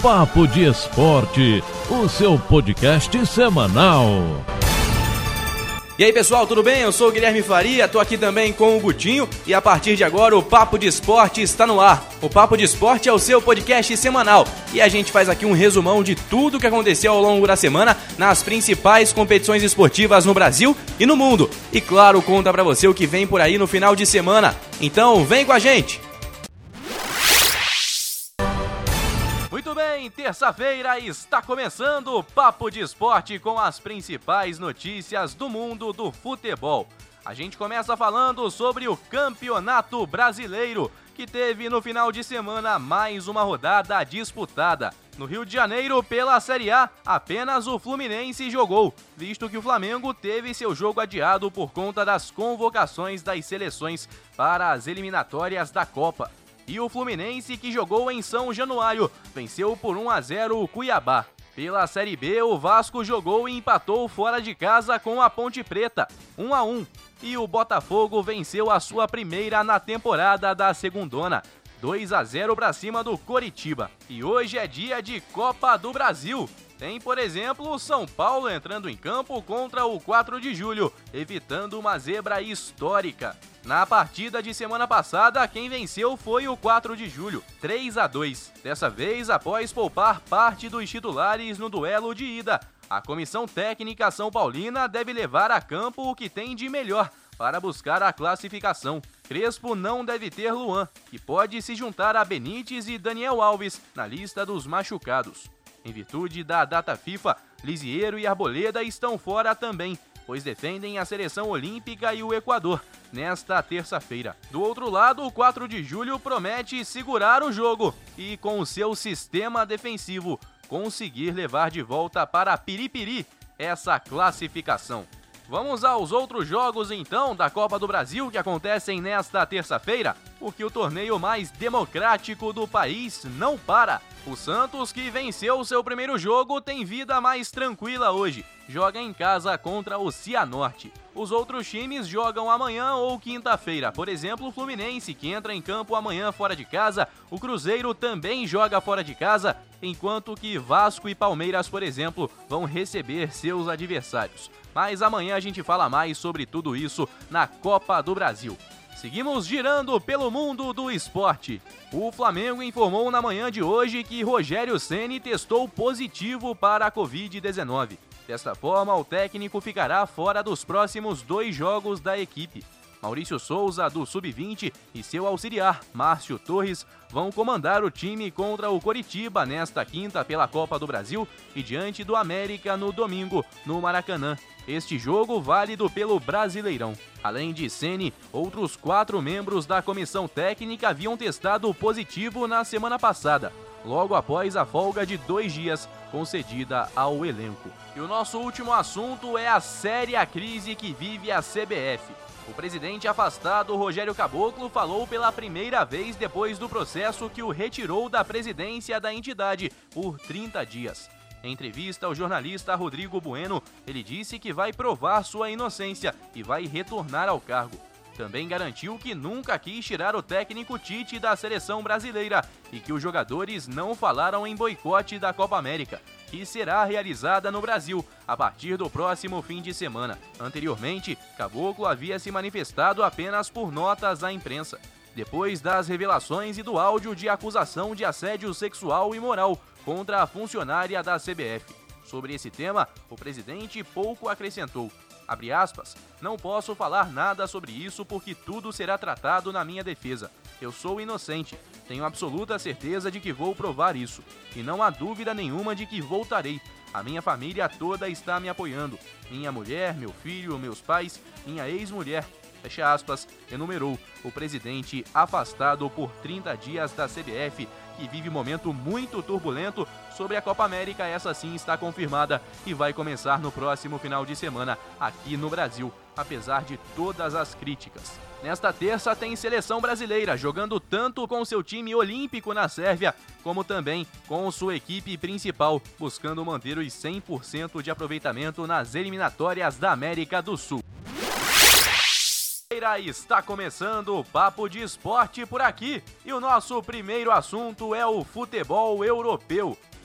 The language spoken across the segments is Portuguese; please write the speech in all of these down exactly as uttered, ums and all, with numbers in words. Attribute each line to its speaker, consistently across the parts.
Speaker 1: Papo de Esporte, o seu podcast semanal.
Speaker 2: E aí pessoal, tudo bem? Eu sou o Guilherme Faria, tô aqui também com o Gutinho e a partir de agora o Papo de Esporte está no ar. O Papo de Esporte é o seu podcast semanal e a gente faz aqui um resumão de tudo que aconteceu ao longo da semana nas principais competições esportivas no Brasil e no mundo. E claro, conta pra você o que vem por aí no final de semana. Então vem com a gente! Muito bem, terça-feira está começando o Papo de Esporte com as principais notícias do mundo do futebol. A gente começa falando sobre o Campeonato Brasileiro, que teve no final de semana mais uma rodada disputada. No Rio de Janeiro, pela Série A, apenas o Fluminense jogou, visto que o Flamengo teve seu jogo adiado por conta das convocações das seleções para as eliminatórias da Copa. E o Fluminense, que jogou em São Januário, venceu por um a zero o Cuiabá. Pela Série B, o Vasco jogou e empatou fora de casa com a Ponte Preta, um a um. E o Botafogo venceu a sua primeira na temporada da Segundona, dois a zero para cima do Coritiba. E hoje é dia de Copa do Brasil. Tem, por exemplo, o São Paulo entrando em campo contra o quatro de julho, evitando uma zebra histórica. Na partida de semana passada, quem venceu foi o quatro de julho, três a dois. Dessa vez, após poupar parte dos titulares no duelo de ida, a comissão técnica são paulina deve levar a campo o que tem de melhor para buscar a classificação. Crespo não deve ter Luan, que pode se juntar a Benítez e Daniel Alves na lista dos machucados. Em virtude da data FIFA, Lisieiro e Arboleda estão fora também, pois defendem a seleção olímpica e o Equador nesta terça-feira. Do outro lado, o quatro de julho promete segurar o jogo e, com o seu sistema defensivo, conseguir levar de volta para Piripiri essa classificação. Vamos aos outros jogos então da Copa do Brasil que acontecem nesta terça-feira, porque o torneio mais democrático do país não para. O Santos, que venceu seu primeiro jogo, tem vida mais tranquila hoje. Joga em casa contra o Cianorte. Os outros times jogam amanhã ou quinta-feira. Por exemplo, o Fluminense, que entra em campo amanhã fora de casa. O Cruzeiro também joga fora de casa, enquanto que Vasco e Palmeiras, por exemplo, vão receber seus adversários. Mas amanhã a gente fala mais sobre tudo isso na Copa do Brasil. Seguimos girando pelo mundo do esporte. O Flamengo informou na manhã de hoje que Rogério Ceni testou positivo para a covid dezenove. Desta forma, o técnico ficará fora dos próximos dois jogos da equipe. Maurício Souza, do sub vinte, e seu auxiliar, Márcio Torres, vão comandar o time contra o Coritiba nesta quinta pela Copa do Brasil e diante do América no domingo, no Maracanã. Este jogo válido pelo Brasileirão. Além de Ceni, outros quatro membros da comissão técnica haviam testado positivo na semana passada, logo após a folga de dois dias concedida ao elenco. E o nosso último assunto é a séria crise que vive a C B F. O presidente afastado, Rogério Caboclo, falou pela primeira vez depois do processo que o retirou da presidência da entidade por trinta dias. Em entrevista ao jornalista Rodrigo Bueno, ele disse que vai provar sua inocência e vai retornar ao cargo. Também garantiu que nunca quis tirar o técnico Tite da seleção brasileira e que os jogadores não falaram em boicote da Copa América, que será realizada no Brasil a partir do próximo fim de semana. Anteriormente, Caboclo havia se manifestado apenas por notas à imprensa, depois das revelações e do áudio de acusação de assédio sexual e moral contra a funcionária da C B F. Sobre esse tema, o presidente pouco acrescentou. Abre aspas, não posso falar nada sobre isso porque tudo será tratado na minha defesa. Eu sou inocente, tenho absoluta certeza de que vou provar isso. E não há dúvida nenhuma de que voltarei. A minha família toda está me apoiando. Minha mulher, meu filho, meus pais, minha ex-mulher. Fecha aspas, enumerou o presidente afastado por trinta dias da C B F, que vive um momento muito turbulento sobre a Copa América. Essa sim está confirmada e vai começar no próximo final de semana aqui no Brasil, apesar de todas as críticas. Nesta terça tem seleção brasileira jogando tanto com seu time olímpico na Sérvia, como também com sua equipe principal, buscando manter os cem por cento de aproveitamento nas eliminatórias da América do Sul. Está começando o Papo de Esporte por aqui e o nosso primeiro assunto é o futebol europeu.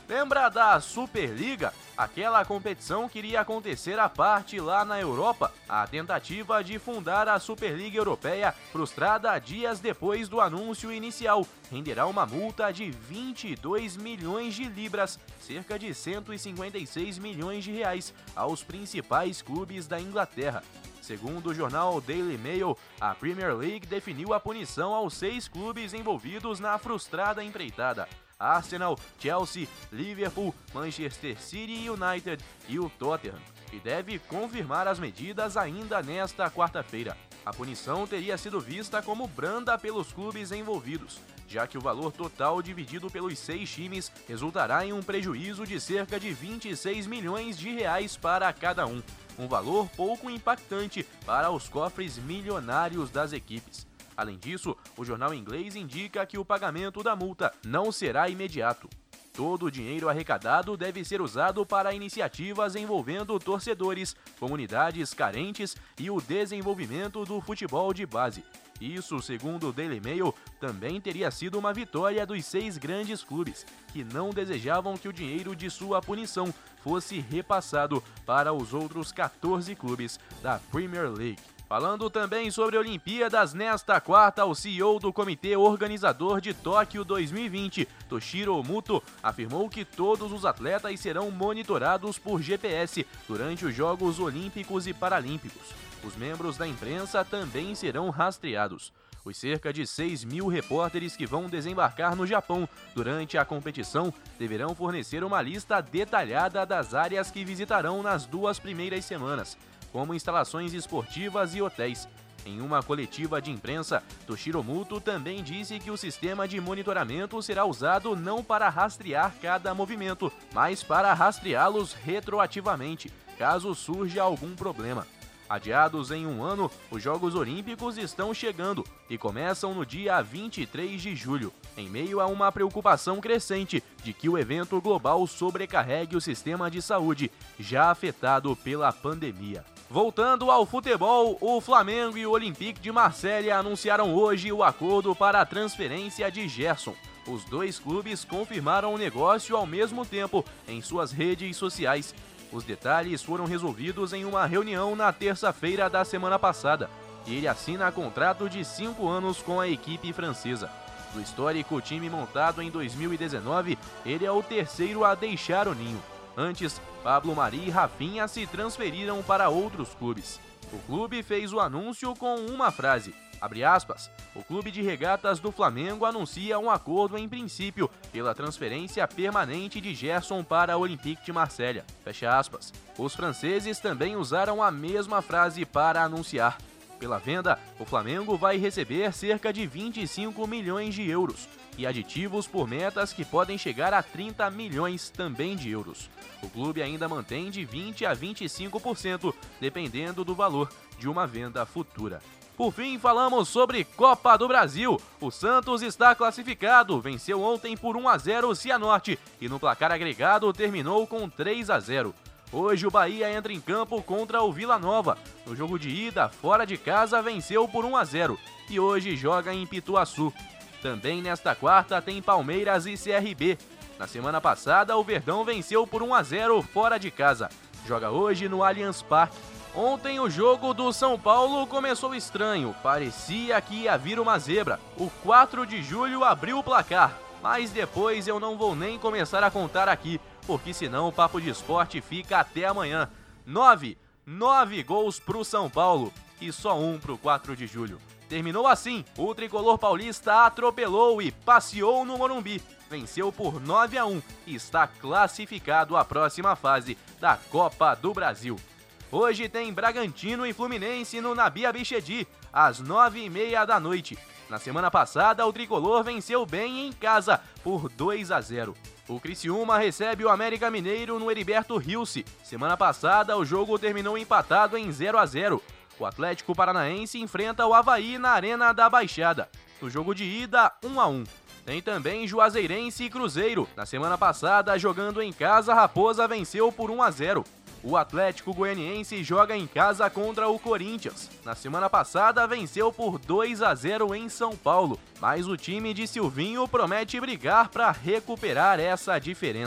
Speaker 2: Lembra da Superliga? Aquela competição que iria acontecer à parte lá na Europa? A tentativa de fundar a Superliga Europeia, frustrada dias depois do anúncio inicial, renderá uma multa de vinte e dois milhões de libras, cerca de cento e cinquenta e seis milhões de reais, aos principais clubes da Inglaterra. Segundo o jornal Daily Mail, a Premier League definiu a punição aos seis clubes envolvidos na frustrada empreitada: Arsenal, Chelsea, Liverpool, Manchester City United e o Tottenham, e deve confirmar as medidas ainda nesta quarta-feira. A punição teria sido vista como branda pelos clubes envolvidos, já que o valor total dividido pelos seis times resultará em um prejuízo de cerca de vinte e seis milhões de reais para cada um, um valor pouco impactante para os cofres milionários das equipes. Além disso, o jornal inglês indica que o pagamento da multa não será imediato. Todo o dinheiro arrecadado deve ser usado para iniciativas envolvendo torcedores, comunidades carentes e o desenvolvimento do futebol de base. Isso, segundo o Daily Mail, também teria sido uma vitória dos seis grandes clubes, que não desejavam que o dinheiro de sua punição fosse repassado para os outros quatorze clubes da Premier League. Falando também sobre Olimpíadas, nesta quarta, o C E O do Comitê Organizador de Tóquio dois mil e vinte, Toshiro Muto, afirmou que todos os atletas serão monitorados por G P S durante os Jogos Olímpicos e Paralímpicos. Os membros da imprensa também serão rastreados. Os cerca de seis mil repórteres que vão desembarcar no Japão durante a competição deverão fornecer uma lista detalhada das áreas que visitarão nas duas primeiras semanas, como instalações esportivas e hotéis. Em uma coletiva de imprensa, Toshiro Muto também disse que o sistema de monitoramento será usado não para rastrear cada movimento, mas para rastreá-los retroativamente, caso surja algum problema. Adiados em um ano, os Jogos Olímpicos estão chegando e começam no dia vinte e três de julho, em meio a uma preocupação crescente de que o evento global sobrecarregue o sistema de saúde, já afetado pela pandemia. Voltando ao futebol, o Flamengo e o Olympique de Marselha anunciaram hoje o acordo para a transferência de Gerson. Os dois clubes confirmaram o negócio ao mesmo tempo em suas redes sociais. Os detalhes foram resolvidos em uma reunião na terça-feira da semana passada. Ele assina contrato de cinco anos com a equipe francesa. Do histórico time montado em dois mil e dezenove, ele é o terceiro a deixar o ninho. Antes, Pablo Mari e Rafinha se transferiram para outros clubes. O clube fez o anúncio com uma frase, abre aspas, o clube de regatas do Flamengo anuncia um acordo em princípio pela transferência permanente de Gerson para o Olympique de Marselha, fecha aspas. Os franceses também usaram a mesma frase para anunciar. Pela venda, o Flamengo vai receber cerca de vinte e cinco milhões de euros e aditivos por metas que podem chegar a trinta milhões também de euros. O clube ainda mantém de vinte a vinte e cinco por cento, dependendo do valor de uma venda futura. Por fim, falamos sobre Copa do Brasil. O Santos está classificado, venceu ontem por um a zero o Cianorte e no placar agregado terminou com três a zero. Hoje o Bahia entra em campo contra o Vila Nova. No jogo de ida, fora de casa, venceu por um a zero e hoje joga em Pituaçu. Também nesta quarta tem Palmeiras e C R B. Na semana passada, o Verdão venceu por um a zero fora de casa. Joga hoje no Allianz Parque. Ontem o jogo do São Paulo começou estranho, parecia que ia vir uma zebra. O quatro de julho abriu o placar, mas depois eu não vou nem começar a contar aqui, porque senão o Papo de Esporte fica até amanhã. Nove, nove gols pro São Paulo e só um pro quatro de julho. Terminou assim, o tricolor paulista atropelou e passeou no Morumbi. Venceu por nove a um e está classificado à próxima fase da Copa do Brasil. Hoje tem Bragantino e Fluminense no Nabi Abichedi, às nove e meia da noite. Na semana passada, o tricolor venceu bem em casa, por dois a zero. O Criciúma recebe o América Mineiro no Heriberto Rilse. Semana passada, o jogo terminou empatado em zero a zero. O Atlético Paranaense enfrenta o Avaí na Arena da Baixada. No jogo de ida, um a um. Tem também Juazeirense e Cruzeiro. Na semana passada, jogando em casa, Raposa venceu por um a zero. O Atlético Goianiense joga em casa contra o Corinthians. Na semana passada, venceu por dois a zero em São Paulo. Mas o time de Silvinho promete brigar para recuperar essa diferença.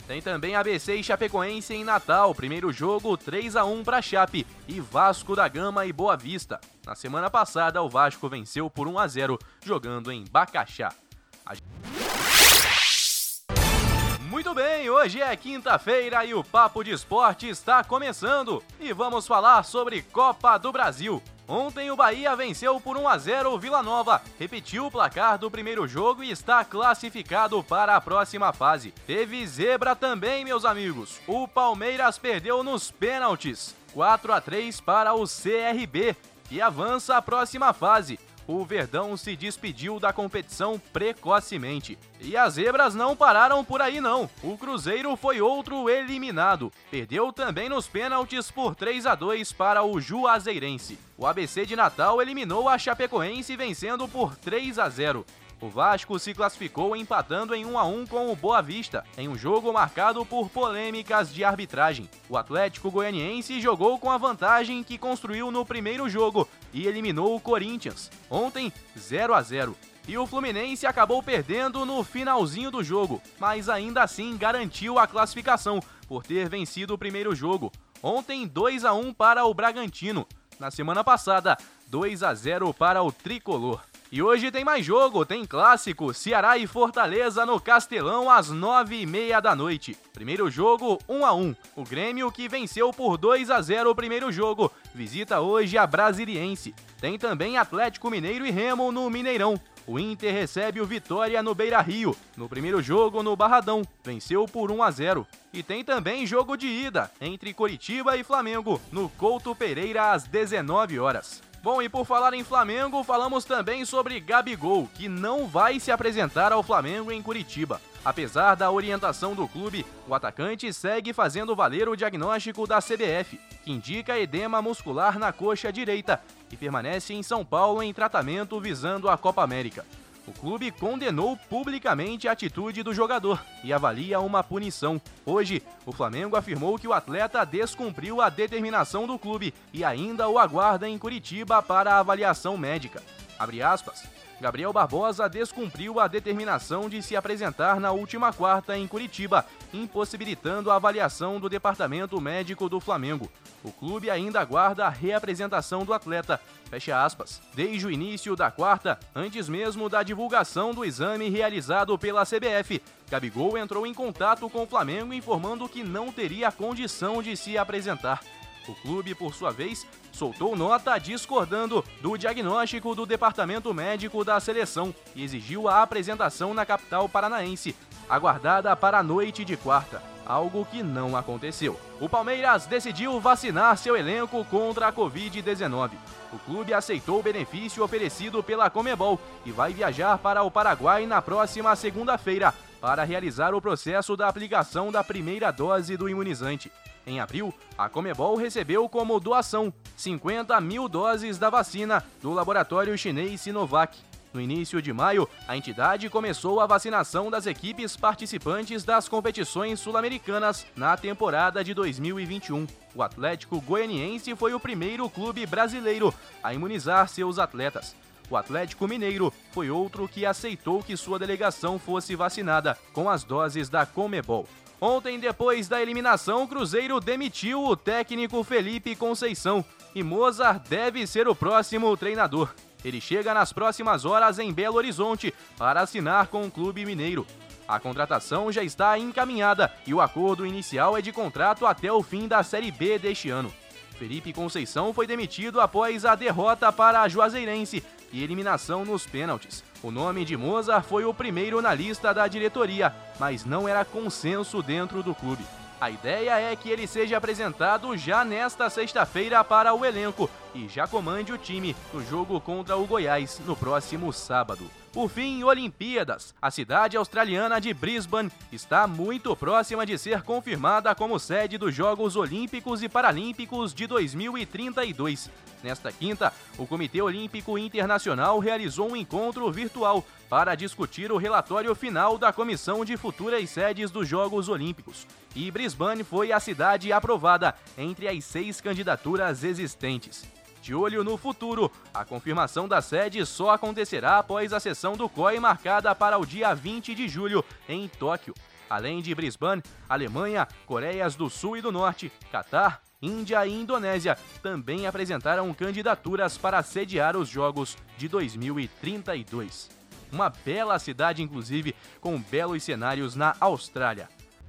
Speaker 2: Tem também A B C e Chapecoense em Natal, primeiro jogo três a um para Chape, e Vasco da Gama e Boa Vista. Na semana passada, o Vasco venceu por um a zero, jogando em Bacaxá. A... Muito bem, hoje é quinta-feira e o Papo de Esporte está começando. E vamos falar sobre Copa do Brasil. Ontem o Bahia venceu por um a zero o Vila Nova, repetiu o placar do primeiro jogo e está classificado para a próxima fase. Teve zebra também, meus amigos. O Palmeiras perdeu nos pênaltis, quatro a três para o C R B, que avança à próxima fase. O Verdão se despediu da competição precocemente. E as zebras não pararam por aí não. O Cruzeiro foi outro eliminado. Perdeu também nos pênaltis por três a dois para o Juazeirense. O A B C de Natal eliminou a Chapecoense vencendo por três a zero. O Vasco se classificou empatando em um a um com o Boa Vista, em um jogo marcado por polêmicas de arbitragem. O Atlético Goianiense jogou com a vantagem que construiu no primeiro jogo e eliminou o Corinthians, ontem zero a zero. E o Fluminense acabou perdendo no finalzinho do jogo, mas ainda assim garantiu a classificação por ter vencido o primeiro jogo. Ontem dois a um para o Bragantino. Na semana passada, dois a zero para o Tricolor. E hoje tem mais jogo, tem clássico, Ceará e Fortaleza no Castelão às nove e meia da noite. Primeiro jogo, um a um. O Grêmio, que venceu por dois a zero o primeiro jogo, visita hoje a Brasiliense. Tem também Atlético Mineiro e Remo no Mineirão. O Inter recebe o Vitória no Beira-Rio. No primeiro jogo, no Barradão, venceu por um a zero. E tem também jogo de ida, entre Coritiba e Flamengo, no Couto Pereira às dezenove horas. Bom, e por falar em Flamengo, falamos também sobre Gabigol, que não vai se apresentar ao Flamengo em Curitiba. Apesar da orientação do clube, o atacante segue fazendo valer o diagnóstico da C B F, que indica edema muscular na coxa direita e permanece em São Paulo em tratamento visando a Copa América. O clube condenou publicamente a atitude do jogador e avalia uma punição. Hoje, o Flamengo afirmou que o atleta descumpriu a determinação do clube e ainda o aguarda em Curitiba para a avaliação médica. Abre aspas. Gabriel Barbosa descumpriu a determinação de se apresentar na última quarta em Curitiba, impossibilitando a avaliação do departamento médico do Flamengo. O clube ainda aguarda a reapresentação do atleta, fecha aspas. Desde o início da quarta, antes mesmo da divulgação do exame realizado pela C B F, Gabigol entrou em contato com o Flamengo informando que não teria condição de se apresentar. O clube, por sua vez, soltou nota discordando do diagnóstico do departamento médico da seleção e exigiu a apresentação na capital paranaense, aguardada para a noite de quarta, algo que não aconteceu. O Palmeiras decidiu vacinar seu elenco contra a covid dezenove. O clube aceitou o benefício oferecido pela Conmebol e vai viajar para o Paraguai na próxima segunda-feira para realizar o processo da aplicação da primeira dose do imunizante. Em abril, a Conmebol recebeu como doação cinquenta mil doses da vacina do laboratório chinês Sinovac. No início de maio, a entidade começou a vacinação das equipes participantes das competições sul-americanas na temporada de dois mil e vinte e um. O Atlético Goianiense foi o primeiro clube brasileiro a imunizar seus atletas. O Atlético Mineiro foi outro que aceitou que sua delegação fosse vacinada com as doses da Conmebol. Ontem, depois da eliminação, o Cruzeiro demitiu o técnico Felipe Conceição e Mozart deve ser o próximo treinador. Ele chega nas próximas horas em Belo Horizonte para assinar com o clube mineiro. A contratação já está encaminhada e o acordo inicial é de contrato até o fim da Série B deste ano. Felipe Conceição foi demitido após a derrota para a Juazeirense e eliminação nos pênaltis. O nome de Mozart foi o primeiro na lista da diretoria, mas não era consenso dentro do clube. A ideia é que ele seja apresentado já nesta sexta-feira para o elenco e já comande o time no jogo contra o Goiás no próximo sábado. Por fim, Olimpíadas. A cidade australiana de Brisbane está muito próxima de ser confirmada como sede dos Jogos Olímpicos e Paralímpicos de dois mil e trinta e dois. Nesta quinta, o Comitê Olímpico Internacional realizou um encontro virtual para discutir o relatório final da Comissão de Futuras Sedes dos Jogos Olímpicos. E Brisbane foi a cidade aprovada entre as seis candidaturas existentes. De olho no futuro, a confirmação da sede só acontecerá após a sessão do C O I marcada para o dia vinte de julho, em Tóquio. além de Brisbane, Alemanha, Coreias do Sul e do Norte, Catar, Índia e Indonésia também apresentaram candidaturas para sediar os Jogos de dois mil e trinta e dois. Uma bela cidade, inclusive, com belos cenários na Austrália.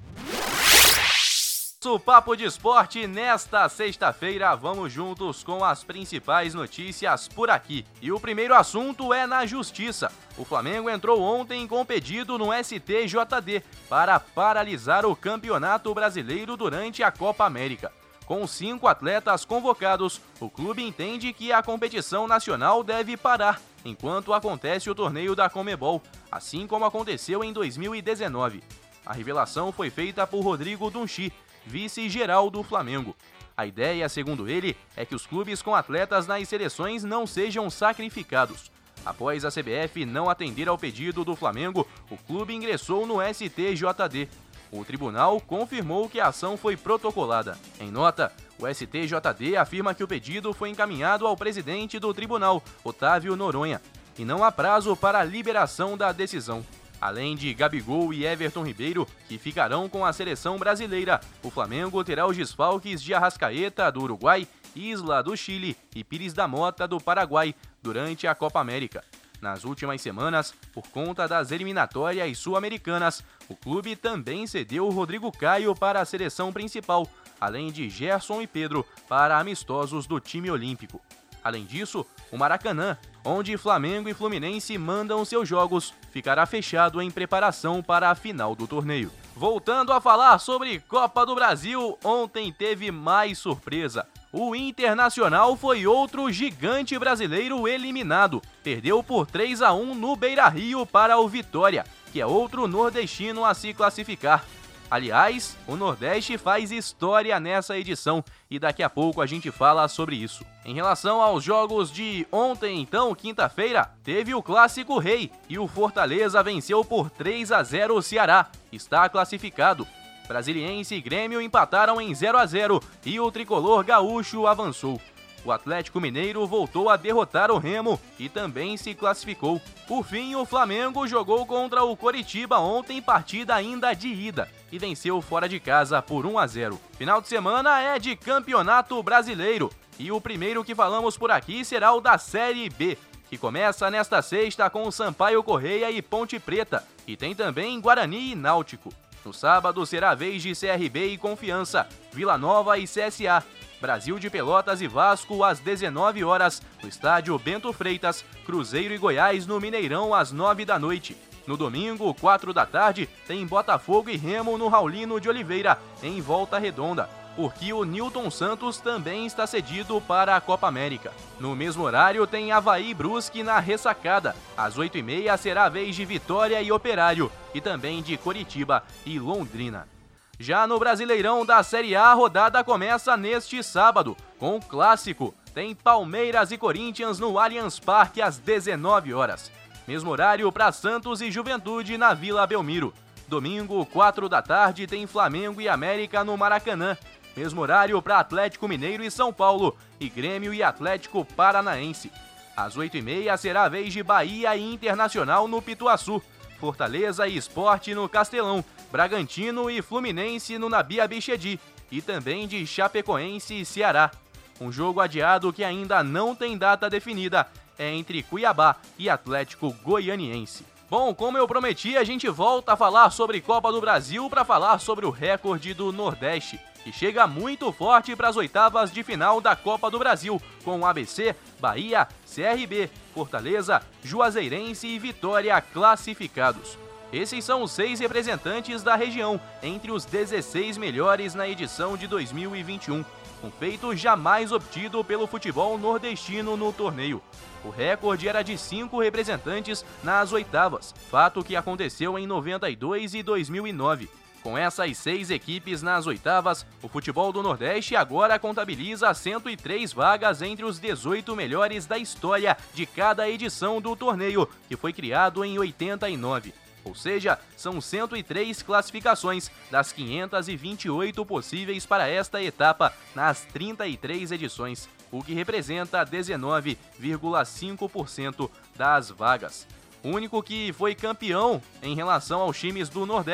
Speaker 2: O Papo de Esporte nesta sexta-feira, vamos juntos com as principais notícias por aqui. E o primeiro assunto é na Justiça. O Flamengo entrou ontem com pedido no S T J D para paralisar o Campeonato Brasileiro durante a Copa América. Com cinco atletas convocados, o clube entende que a competição nacional deve parar enquanto acontece o torneio da Conmebol, assim como aconteceu em dois mil e dezenove. A revelação foi feita por Rodrigo Dunchi, vice-geral do Flamengo. A ideia, segundo ele, é que os clubes com atletas nas seleções não sejam sacrificados. Após a C B F não atender ao pedido do Flamengo, o clube ingressou no S T J D. O tribunal confirmou que a ação foi protocolada. Em nota, o S T J D afirma que o pedido foi encaminhado ao presidente do tribunal, Otávio Noronha, e não há prazo para a liberação da decisão. Além de Gabigol e Everton Ribeiro, que ficarão com a seleção brasileira, o Flamengo terá os desfalques de Arrascaeta, do Uruguai, Isla, do Chile e Pires da Mota, do Paraguai, durante a Copa América. Nas últimas semanas, por conta das eliminatórias sul-americanas, o clube também cedeu o Rodrigo Caio para a seleção principal, além de Gerson e Pedro para amistosos do time olímpico. Além disso, o Maracanã, onde Flamengo e Fluminense mandam seus jogos, ficará fechado em preparação para a final do torneio. Voltando a falar sobre Copa do Brasil, ontem teve mais surpresa. O Internacional foi outro gigante brasileiro eliminado. Perdeu por três a um no Beira-Rio para o Vitória, que é outro nordestino a se classificar. Aliás, o Nordeste faz história nessa edição e daqui a pouco a gente fala sobre isso. Em relação aos jogos de ontem, então, quinta-feira, teve o Clássico Rei e o Fortaleza venceu por três a zero o Ceará. Está classificado. Brasiliense e Grêmio empataram em zero a zero e o tricolor gaúcho avançou. O Atlético Mineiro voltou a derrotar o Remo e também se classificou. Por fim, o Flamengo jogou contra o Coritiba ontem, partida ainda de ida, e venceu fora de casa por um a zero. Final de semana é de Campeonato Brasileiro e o primeiro que falamos por aqui será o da Série B, que começa nesta sexta com Sampaio Correia e Ponte Preta, e tem também Guarani e Náutico. No sábado será a vez de C R B e Confiança, Vila Nova e C S A, Brasil de Pelotas e Vasco às dezenove horas, no estádio Bento Freitas, Cruzeiro e Goiás no Mineirão às nove da noite. No domingo, quatro da tarde, tem Botafogo e Remo no Raulino de Oliveira, em Volta Redonda, porque o Newton Santos também está cedido para a Copa América. No mesmo horário tem Avaí e Brusque na Ressacada. Às oito e meia será a vez de Vitória e Operário, e também de Coritiba e Londrina. Já no Brasileirão da Série A, a rodada começa neste sábado, com o clássico. Tem Palmeiras e Corinthians no Allianz Parque às dezenove horas. Mesmo horário para Santos e Juventude na Vila Belmiro. Domingo, quatro da tarde, tem Flamengo e América no Maracanã. Mesmo horário para Atlético Mineiro e São Paulo, e Grêmio e Atlético Paranaense. Às oito e meia será a vez de Bahia e Internacional no Pituaçu, Fortaleza e Sport no Castelão, Bragantino e Fluminense no Nabi Abichedi, e também de Chapecoense e Ceará. Um jogo adiado que ainda não tem data definida é entre Cuiabá e Atlético Goianiense. Bom, como eu prometi, a gente volta a falar sobre Copa do Brasil para falar sobre o recorde do Nordeste, que chega muito forte para as oitavas de final da Copa do Brasil, com A B C, Bahia, C R B, Fortaleza, Juazeirense e Vitória classificados. Esses são os seis representantes da região, entre os dezesseis melhores na edição de dois mil e vinte e um, um feito jamais obtido pelo futebol nordestino no torneio. O recorde era de cinco representantes nas oitavas, fato que aconteceu em noventa e dois e dois mil e nove. Com essas seis equipes nas oitavas, o futebol do Nordeste agora contabiliza cento e três vagas entre os dezoito melhores da história de cada edição do torneio, que foi criado em oitenta e nove. Ou seja, são cento e três classificações das quinhentas e vinte e oito possíveis para esta etapa nas trinta e três edições, o que representa dezenove vírgula cinco por cento das vagas. O único que foi campeão em relação aos times do Nordeste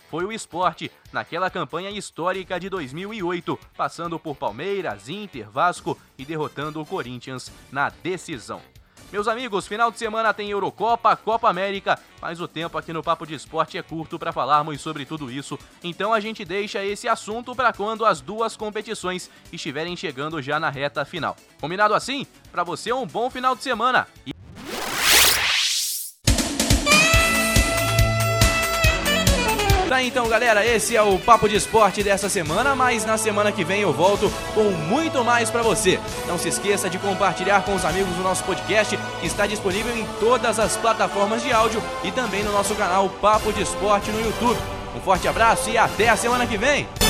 Speaker 2: foi o Sport, naquela campanha histórica de dois mil e oito, passando por Palmeiras, Inter, Vasco e derrotando o Corinthians na decisão. Meus amigos, final de semana tem Eurocopa, Copa América, mas o tempo aqui no Papo de Esporte é curto para falarmos sobre tudo isso, então a gente deixa esse assunto para quando as duas competições estiverem chegando já na reta final. Combinado assim? Para você um bom final de semana! E... Tá, então, galera, esse é o Papo de Esporte dessa semana, mas na semana que vem eu volto com muito mais pra você. Não se esqueça de compartilhar com os amigos o nosso podcast, que está disponível em todas as plataformas de áudio e também no nosso canal Papo de Esporte no YouTube. Um forte abraço e até a semana que vem!